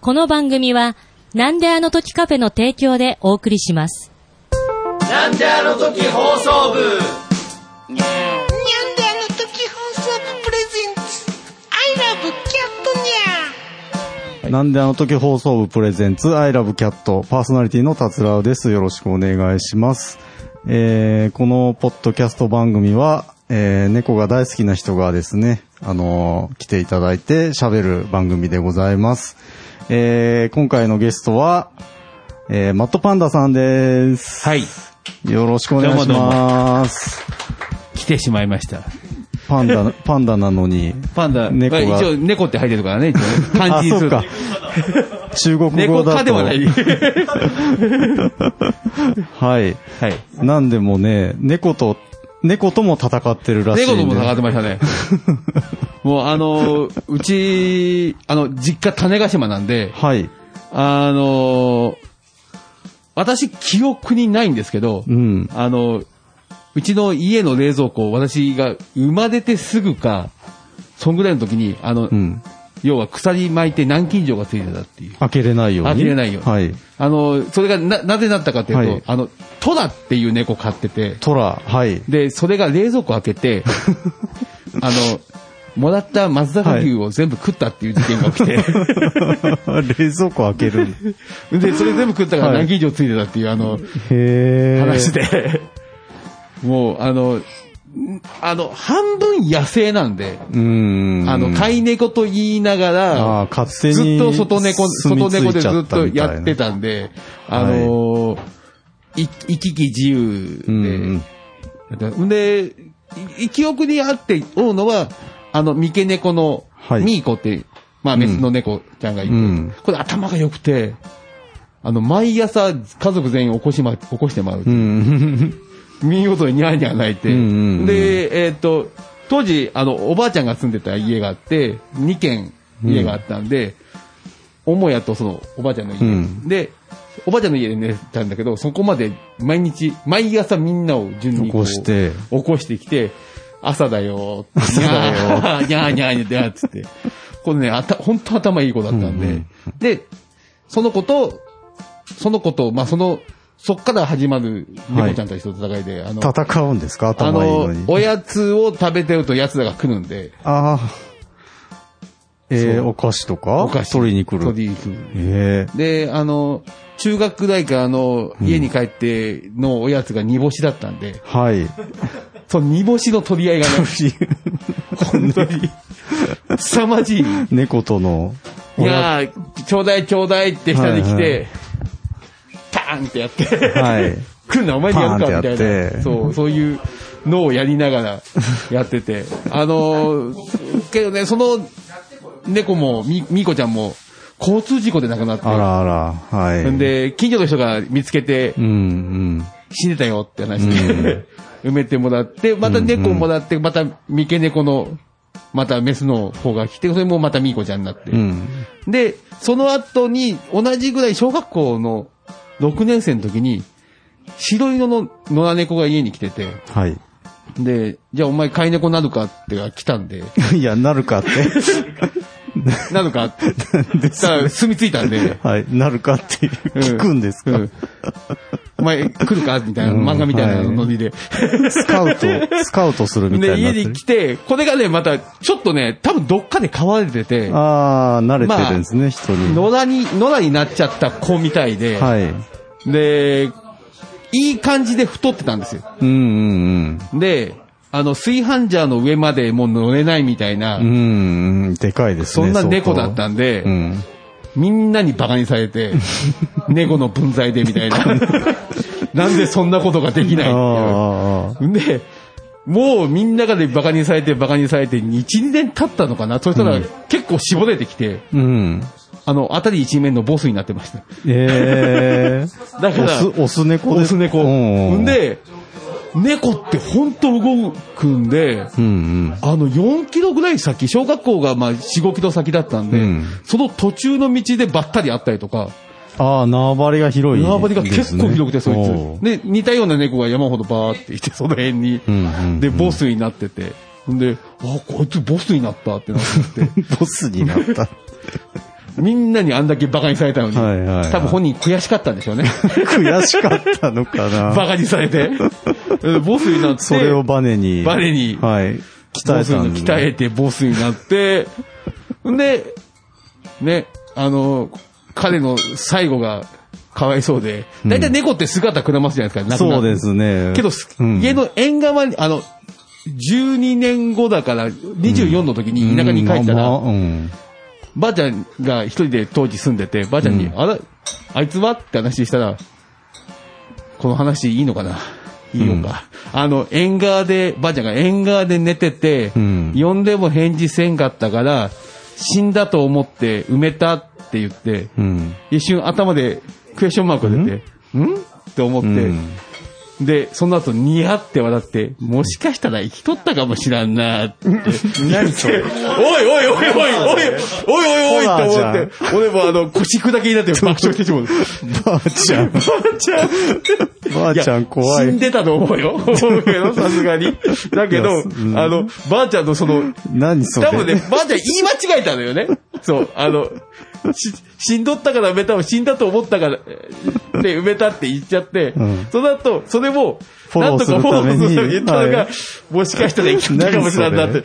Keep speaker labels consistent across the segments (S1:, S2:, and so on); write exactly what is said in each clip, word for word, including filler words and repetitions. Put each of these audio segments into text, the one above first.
S1: この番組はなんであの時カフェの提供でお送りします。
S2: なんであの時放送部。
S3: にゃんであの時放送部プレゼンツ I love cat にゃん。
S4: なんであの時放送部プレゼンツ I love cat パーソナリティの達郎です。よろしくお願いします。えー、このポッドキャスト番組は、えー、猫が大好きな人がですね、あのー、来ていただいて喋る番組でございます。えー、今回のゲストは、えー、マットパンダさんです。
S5: はい。
S4: よろしくお願いします。
S5: 来てしまいました。
S4: パンダ、パンダなのに。
S5: パンダ、
S4: 猫が
S5: 一応猫って入ってるからね、一応漢字にする。
S4: あ、そうか。中国語だと。
S5: 猫科ではない。
S4: はい。
S5: はい。
S4: なんでもね、猫と、猫とも戦ってるらしいんで。
S5: 猫とも戦ってましたね。もうあの、うち、あの、実家種子島なんで、
S4: はい。
S5: あの、私記憶にないんですけど、
S4: うん。
S5: あの、うちの家の冷蔵庫、私が生まれてすぐか、そんぐらいの時に、あの、うん、要は鎖巻いて南京錠がついてたっていう。
S4: 開けれないように。
S5: 開けれないように。
S4: はい。
S5: あの、それがな、なぜなったかっていうと、
S4: はい、
S5: あの、トラっていう猫飼ってて。
S4: トラ、はい。
S5: で、それが冷蔵庫開けて、あの、もらった松坂牛を全部食ったっていう事件が起きて、
S4: はい、冷蔵庫開ける
S5: で、それ全部食ったから南京錠ついてたっていう、あの、
S4: へ
S5: 話で、もう、あの、あの、半分野生なんで、
S4: うーん、
S5: あの、飼い猫と言いながら、
S4: あ、勝手に
S5: ずっと外猫、外猫でずっとやってたんで、あの、はい、行き来自由で、うん、で、記憶にあっておるのは、あの、三毛猫のミーコって、はい、まあ、メスの猫ちゃんがいて、うん、これ頭が良くて、あの、毎朝家族全員起こしま、起こしてもらう。うん見事にニャーニャー泣いて、うんうんうん、で、えっと、当時、あの、おばあちゃんが住んでた家があって、にけん家があったんで、母屋、うん、とその、おばあちゃんの家、うん、で、おばあちゃんの家で寝てたんだけど、そこまで毎日、毎朝みんなを順に
S4: 起こして、
S5: 起こしてきて、朝だよ、
S4: 朝だよ、
S5: ニャーニャーニャーつって、これね、あた、本当頭いい子だったんで、うんうん、で、その子と、その子と、まあ、その、そっから始まる猫ちゃんたちと戦いで、はい、あの、
S4: 戦うんですか？頭いいのに。
S5: あの、おやつを食べてると奴らが来るんで。
S4: ああ。えー、お菓子とか
S5: お菓子。
S4: 取りに来る。
S5: 取りに来る。
S4: え
S5: ー、で、あの、中学ぐらいからあの、家に帰ってのおやつが煮干しだったんで。
S4: はい。
S5: その煮干しの取り合いがね、本当に、凄まじい。
S4: 猫との。
S5: いやー、ちょうだいちょうだいって下で来て、はいはい、パーンってやって、はい、来るなお前にやるかみたいな、そう、そういうのをやりながらやってて、あのー、けどね、その猫も、み、みーこちゃんも、交通事故で亡くなって、
S4: あらあら、はい。
S5: んで、近所の人が見つけて、うんうん、死んでたよって話で、うん、埋めてもらって、また猫をもらって、また三毛猫の、またメスの方が来て、それもまたみーこちゃんになって、うん、で、その後に、同じぐらい小学校の、ろくねん生の時に、白色の野良猫が家に来てて、
S4: はい。
S5: で、じゃあお前飼い猫なるかって来たんで。
S4: いや、なるかって。
S5: なるかって。さあ、住み着いたんで。
S4: はい、なるかって聞くんですか、うんうん、
S5: お前来るかみたいな、漫画みたいなノリで、
S4: はい。スカウト、スカウトするみたいな。
S5: で、家に来て、これがね、また、ちょっとね、多分どっかで飼われてて。
S4: ああ、慣れてるんですね、まあ、人に。
S5: 野良に、野良になっちゃった子みたいで。
S4: はい。
S5: で、いい感じで太ってたんですよ。
S4: うんうんうん。
S5: で、あの、炊飯ジャーの上までもう乗れないみたいな。
S4: うんうん、でかいですね。
S5: そんな猫だったんで、うん、みんなにバカにされて、猫の分際でみたいな。なんでそんなことができないっていう。で、もうみんながでバカにされてバカにされて、いち、にねん経ったのかな。そしたら結構絞れてきて、うん、あの、あたり一面のボスになってました。
S4: えー、
S5: だから、
S4: オス、オス猫
S5: です。オス猫。んで、猫ってほんと動くんで、うんうん、あのよんキロぐらい先、小学校がまあよん、ごキロ先だったんで、うん、その途中の道でばったりあったりとか、
S4: ああ、縄張りが広い、ね。
S5: 縄張りが結構広くて、そいつ。で、似たような猫が山ほどバーっていて、その辺に。うんうんうん、で、ボスになってて。で、あ、こいつボスになったってなって。
S4: ボスになった。
S5: みんなにあんだけバカにされたのに、はいはいはい、多分本人悔しかったんでしょうね。
S4: 悔しかったのかな。
S5: バカにされて。ボスになって。
S4: それをバネに。
S5: バネに。
S4: はい。鍛えたん
S5: ですね。鍛えてボスになって、んで、ね、あの、彼の最後がかわいそうで、だいたい猫って姿くらますじゃないですか、亡くなって。
S4: そうですね。
S5: けど、うん、家の縁側に、あの、じゅうにねんごだからにじゅうよんの時に田舎に帰ったら、うんうん、ばあちゃんが一人で当時住んでて、ばあちゃんに、うん、あら、あいつはって話したら、この話いいのかないいのか。うん、あの、縁側で、ばあちゃんが縁側で寝てて、うん、呼んでも返事せんかったから、死んだと思って埋めたって言って、うん、一瞬頭でクエスチョンマークが出て、うん、んって思って、うんで、その後、ニヤって笑って、もしかしたら生きとったかもしらんなーって。何それおいおいおいおいおいおいおいおいって思って、俺もあの、腰砕けになって爆笑してしまう。
S4: ばあちゃん。ばあちゃん。ばあちゃん怖い。
S5: 死んでたと思うよ。思うけど、さすがに。だけど、あの、ばあちゃんのその、
S4: 何それ
S5: 多分ね、ばあちゃん言い間違えたのよね。そう、あの、し、死んどったから埋めたを死んだと思ったから、で埋めたって言っちゃって、うん、その後、それも、なんとかフォローするために言ったのが、はい、もしかしたら生きたかもしれないんだって、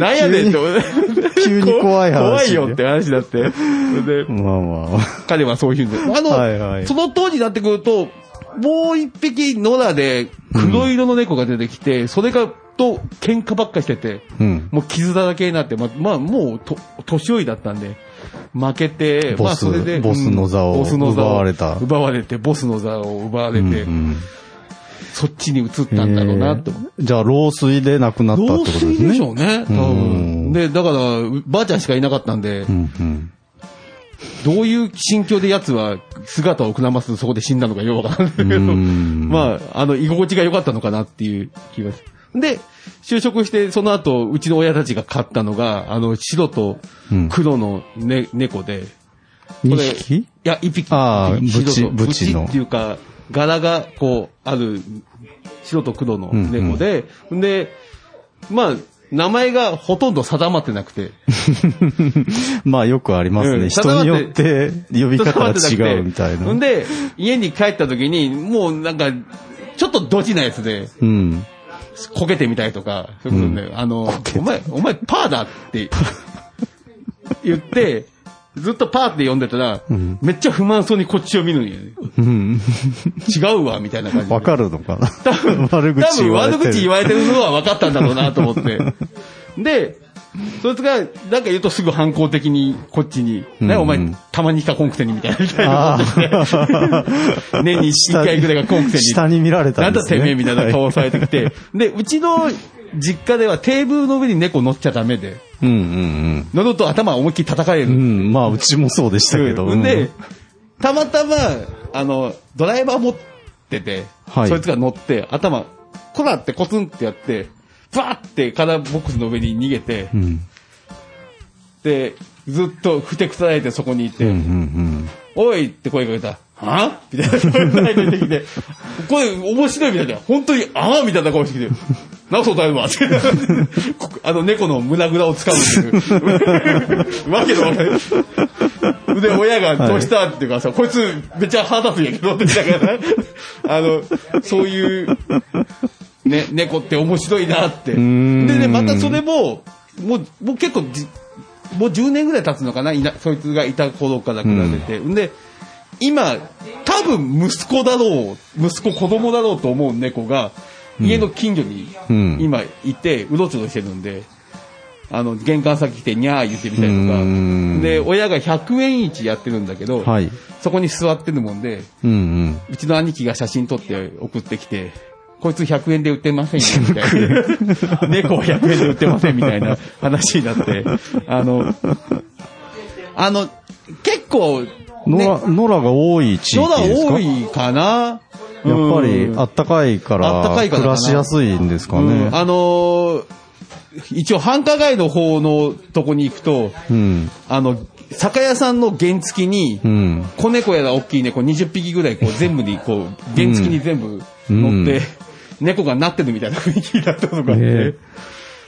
S5: なんやねんって思って。
S4: 急に怖い話。
S5: 怖いよって話だって。で、
S4: まあまあ。
S5: 彼はそういうんで。あの、はいはい、その当時になってくると、もう一匹野良で黒色の猫が出てきて、うん、それが、と喧嘩ばっかしてて、うん、もう傷だらけになって、ま、まあもうと、年寄りだったんで、負けて、
S4: まあそれで、ボスの座を奪われた。
S5: 奪われて、ボスの座を奪われて、うんうん、そっちに移ったんだろうなって。
S4: じゃあ、老衰で亡くなったってことですね。
S5: 老衰でしょうね、多分。で、だから、ばあちゃんしかいなかったんで、うんうん、どういう心境で奴は姿をくらますとそこで死んだのかよくわかんないけど、まあ、あの、居心地が良かったのかなっていう気がする。で、就職して、その後、うちの親たちが飼ったのが、あの、白と黒の、ねうん、猫で。
S4: にひきい
S5: や、いっぴき。
S4: ああ、ブチ、ブチの。
S5: っていうか、柄が、こう、ある、白と黒の猫で、うんうん、で、まあ、名前がほとんど定まってなくて。
S4: まあよくありますね。うん、人によって呼び方が違うみたいな。
S5: んで、家に帰った時に、もうなんか、ちょっとドジなやつで、うん、こけてみたいとか、そういうことね、うん、あの、お前、お前パーだって言って、ずっとパーって呼んでたら、うん、めっちゃ不満そうにこっちを見るんよね。うん、違うわ、みたいな感じで。
S4: わかるのかな
S5: 多分、悪口言われてる。多分悪口言われてるのは分かったんだろうなと思って。で、そいつが、なんか言うとすぐ反抗的にこっちに、ね、うん、お前、たまにしかコンクセにみたいな、みたいなことで、年に一回ぐらいがコンクセに。
S4: 下に見られたんですね。
S5: なんだてめえみたいな顔をされてきて、はい、で、うちの実家ではテーブルの上に猫乗っちゃダメで、うんうんうん。乗ると頭思いっきり叩かれる。
S4: うん、まあ、うちもそうでしたけど。
S5: うん、で、たまたま、あの、ドライバー持ってて、はい、そいつが乗って、頭、こらってコツンってやって、バーってカラーボックスの上に逃げて、うん、で、ずっとふてくさられてそこにいて、うんうんうん、おいって声かけた。はみたいな声が出てきて、これ面白いみたいな、本当にああみたいな顔してきて、直そうとあるわって。あの猫の胸ぐらを掴むっていう。わけのわかんない。で、親がどうしたっていうかさ、はい、こいつめっちゃ腹立つんやけどって言ったから、あの、そういう、ね、猫って面白いなって。でね、またそれも、もう、もう結構じ、もうじゅうねんぐらい経つのかな、いなそいつがいた頃から比べて。うん、で、今、多分息子だろう、息子子供だろうと思う猫が、家の近所に今いて、うろちょろしてるんで、あの、玄関先来てニャー言ってみたりとか、で、親がひゃくえん市やってるんだけど、はい、そこに座ってるもんで、うんうん、うちの兄貴が写真撮って送ってきて、こいつひゃくえんで売ってませんよ、みたいな。猫はひゃくえんで売ってません、みたいな話になって、あの、あの、結構、
S4: ね、野良、野良が多い地域ですか？
S5: 野良多いかな。
S4: やっぱり、あったかいから、暮らしやすいんですかね。うん、
S5: あのー、一応繁華街の方のとこに行くと、うん、あの、酒屋さんの原付に、うん、子猫やら大きい猫にじゅっぴきぐらいこう全部にこう、原付に全部乗って、うん、猫がなってるみたいな雰囲気だったのがあって、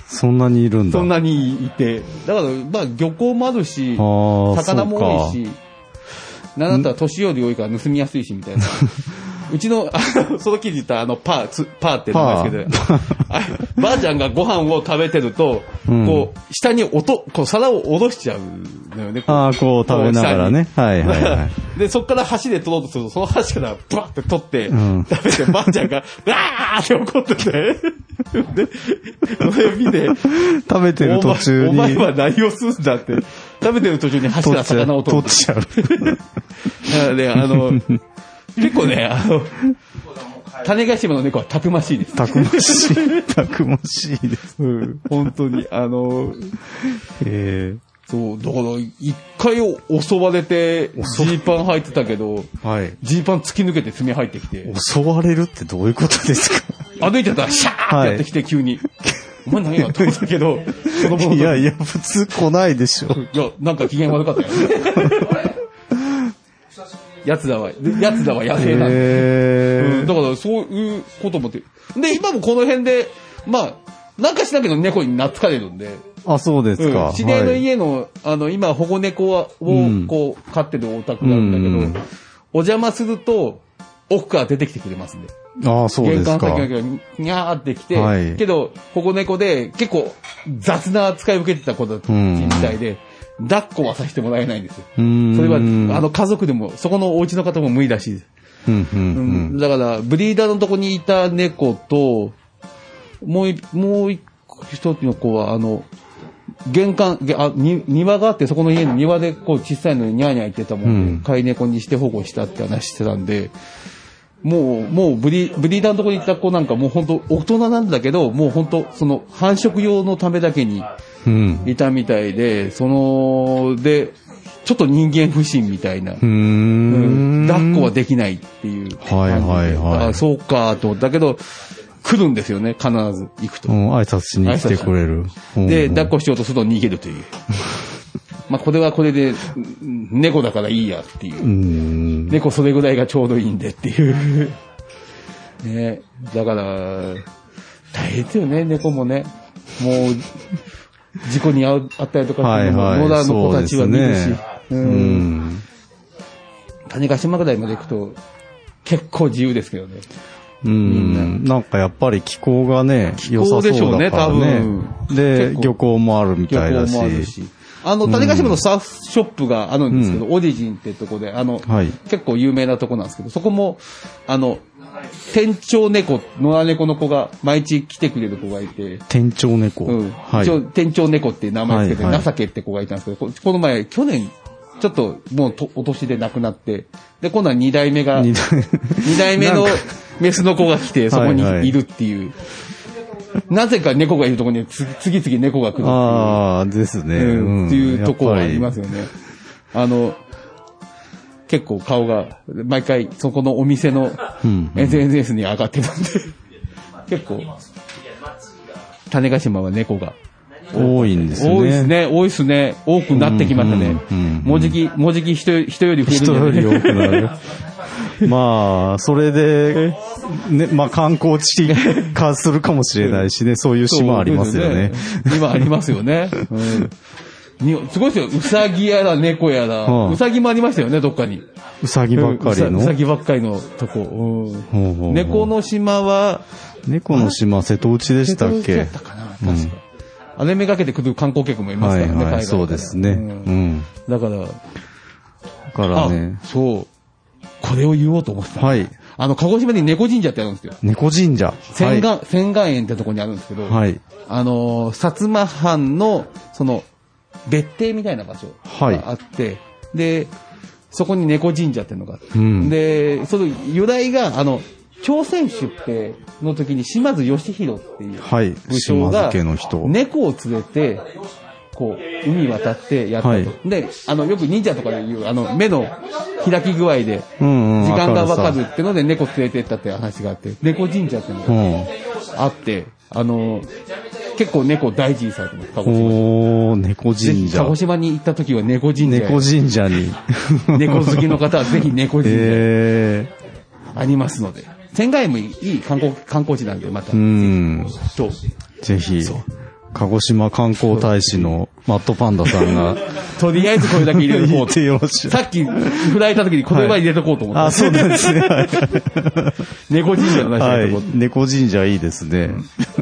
S4: そんなにいるんだ。
S5: そんなにいて。だから、まあ、漁港もあるし、魚も多いし、なんだったら年寄り多いから盗みやすいし、みたいな。うちの、あの、その記事言ったあの、パー、つパーって名前ですけど、ばあちゃんがご飯を食べてると、うん、こう、下に落と、こう、皿を下ろしちゃうのよね。
S4: ああ、こう食べながらね。はいはいはい。
S5: で、そっから箸で取ろうとすると、その箸からバーって取って、うん、食べて、ばあちゃんが、わーって怒ってて、で、それを見て、
S4: 食べてる途中に。
S5: お前、お前は何をするんだって、食べてる途中に箸から魚を取る。
S4: 取っちゃう。だ
S5: からね、あの、結構ね、あの、種子島の猫はたくましいです。
S4: たくましい。たくましいです。
S5: うん、本当に、あの、
S4: えー、
S5: そう、だから、一回襲われて、ジーパン履いてたけど、
S4: はい。
S5: ジーパン突き抜けて爪入ってきて。
S4: 襲われるってどういうことですか？
S5: 歩いてたら、シャーってやってきて、急に。お前何がと思ったけど、子供の
S4: いやいや、普通来ないでしょ。
S5: いや、なんか機嫌悪かったよね。やつらは、やつらは野生なんで、うん。だからそういうこともって。で、今もこの辺で、まあ、なんかしなきゃ猫に懐かれるんで。
S4: あ、そうですか。
S5: うん、知り合いの家の、はい、あの、今、保護猫を、こう、飼ってるお宅があるんだけど、うん、お邪魔すると、奥から出てきてくれますんで。
S4: ああ、そうですか。
S5: 玄関先がにゃーってきて、はい、けど、保護猫で結構雑な扱いを受けてた子たちみたいで、うん、抱っこはさせてもらえないんですよ。それは、あの、家族でも、そこのお家の方も無理だし、
S4: うんうんうん、
S5: だから、ブリーダーのとこにいた猫と、もう、もう一つの子は、あの、玄関、あ、に、庭があって、そこの家の庭で、こう、小さいのにニャーニャー言ってたもんで、うん、飼い猫にして保護したって話してたんで、もう、もうブリ、ブリーダーのとこに行った子なんかもう本当大人なんだけど、もう本当その繁殖用のためだけにいたみたいで、うん、その、で、ちょっと人間不信みたいな。うーん、うん、抱っこはできないっていう感じで。
S4: はいはいはい。
S5: あ、そうか、と。だけど、来るんですよね、必ず行くと。
S4: うん、挨拶しに来てくれる。
S5: で、抱っこしようとすると逃げるという。まあ、これはこれで、猫だからいいやっていう。うーん、猫それぐらいがちょうどいいんでっていう。ね、だから、大変ですよね、猫もね。もう、事故に遭ったりとかしても、野良の子たちは見るし。うん。種子島ぐらいまで行くと、結構自由ですけどね。
S4: うん、なんかやっぱり気候がね、良さそうだからね。気候でしょうね、多分。で、漁港もあるみたいだし。漁港もあるし。あの、種子島のサーフショップがあるんですけど、うん、オリジンってとこで、あの、はい、結構有名なとこなんですけど、そこも、あの、店長猫、野良猫の子が毎日来てくれる子がいて。店長猫
S5: うん。はい、一応、店長猫っていう名前つけて、はいはい、情けって子がいたんですけど、この前、去年、ちょっともうとお年で亡くなって、で、今度は二代目が、二代目のメスの子が来て、そこにいるっていう。はいはい、なぜか猫がいるところに次々猫が来るっていう。
S4: ああ、ですね。
S5: うん。っていうところはありますよね。あの、結構顔が、毎回そこのお店の エスエヌエス に上がってたんで、結構、種子島は猫が。
S4: 多いんですね。
S5: 多いですね。多いですね。多くなってきましたね。もうじき、もうじき人、人より増えるんじゃない。
S4: 人より多くなる。まあ、それで、ね、まあ観光地化するかもしれないしね、そういう島ありますよね。
S5: 今ありますよね。うん、すごいですよ。うさぎやら猫やら、はあ、うさぎもありましたよね、どっかに。
S4: うさぎばっかりの。
S5: うさぎばっかりのとこ。うんほうほうほう、猫の島は、
S4: 猫の島、瀬戸内でしたっけ？瀬戸内だったかな、
S5: 確か。うん、あれめがけて来る観光客もいますからね、
S4: はいはい、そうですね。うん。
S5: だから、だ
S4: からね。
S5: そう。これを言おうと思ってた。
S4: はい。
S5: あの、鹿児島に猫神社ってあるんですよ。
S4: 猫神社。
S5: 千願、千願園ってとこにあるんですけど、はい。あの、薩摩藩の、その、別邸みたいな場所があって、はい、で、そこに猫神社っていうのがあって、うん、で、その由来が、あの、朝鮮出兵の時に島津義弘っていう武将が、猫を連れて、こう、海渡ってやったと。はい、で、あの、よく忍者とかで言う、あの、目の開き具合で、時間がわかるってので猫連れてったって話があって、猫神社っていうのがあって、うん、あの、結構猫大事にされてます、鹿児島。
S4: おー、猫神社。
S5: 鹿児島に行った時は猫神社。
S4: 猫神社に。
S5: 猫好きの方はぜひ猫神社。えー、ありますので。仙台もいい観光、観光地なんで、また。
S4: うん。
S5: と。
S4: ぜひ。 鹿児島観光大使のマットパンダさんが。
S5: とりあえずこれだけ入れとこう
S4: てよろしい。
S5: さっき、振られた時にこれは入れとこうと思って。はい、
S4: あ、そうなんですね。はい、
S5: 猫神社の話
S4: はい。猫神社いいですね。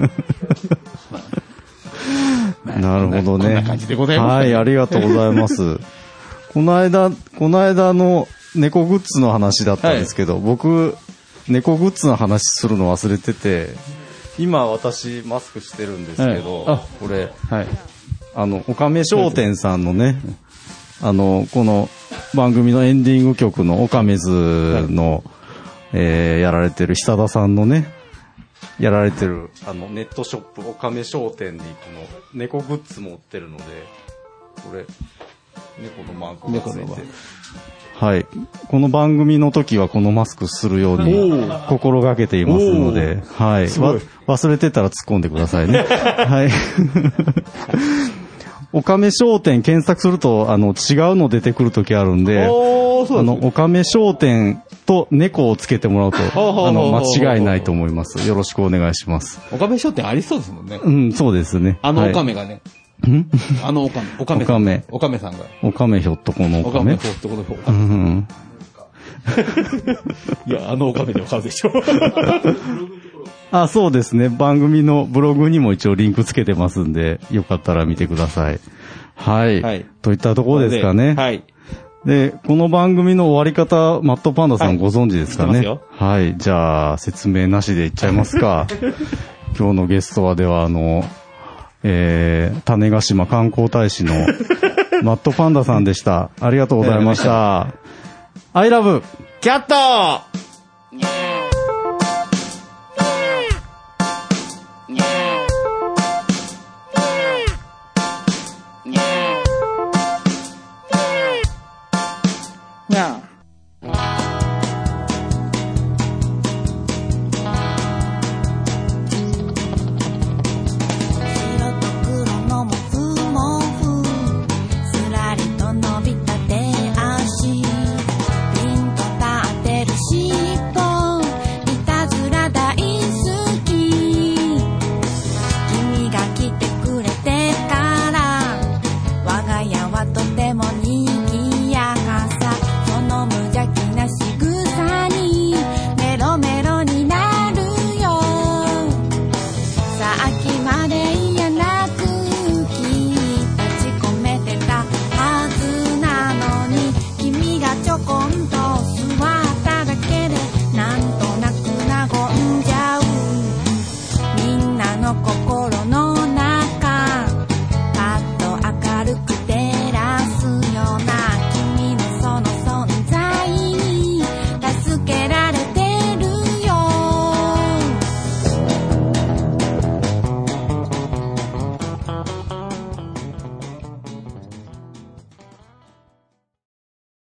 S4: なるほどね。
S5: こんな感じでございます、ね。
S4: はい、ありがとうございます。この間、この間の猫グッズの話だったんですけど、はい、僕、猫グッズの話するの忘れてて、今私マスクしてるんですけど、はい、これ、はい、あの、おかめ商店さんのね、あの、この番組のエンディング曲のおかめずの、はい、えー、やられてる久田さんのね、やられてる、あの、ネットショップ、おかめ商店にこの猫グッズ持ってるので、これ、猫のマークがついて、はい。この番組の時はこのマスクするように心がけていますので、はい。忘れてたら突っ込んでくださいね。はい。おかめ商店検索すると、あの、違うの出てくる時あるんで、あの、おかめ商店と猫をつけてもらうと、あの、間違いないと思います。よろしくお願いします。
S5: おかめ商店ありそうですもんね。
S4: うん、そうですね。
S5: あのおかめがね。んあのおかめ、おかめさん。おかめさんが。
S4: おかめひょっとこのおかめ。
S5: おかめひょっとこのおかめ。うん。いや、あのおかめでわかるでしょ。
S4: あ、そうですね。番組のブログにも一応リンクつけてますんで、よかったら見てください。はい。はい、といったところですかね。はい。で、この番組の終わり方、マットパンダさんご存知ですかね。はい、はい。じゃあ、説明なしでいっちゃいますか。今日のゲストはでは、あの、えー、種子島観光大使のマットパンダさんでした。ありがとうございました。I love
S5: キャット
S3: ちょこんと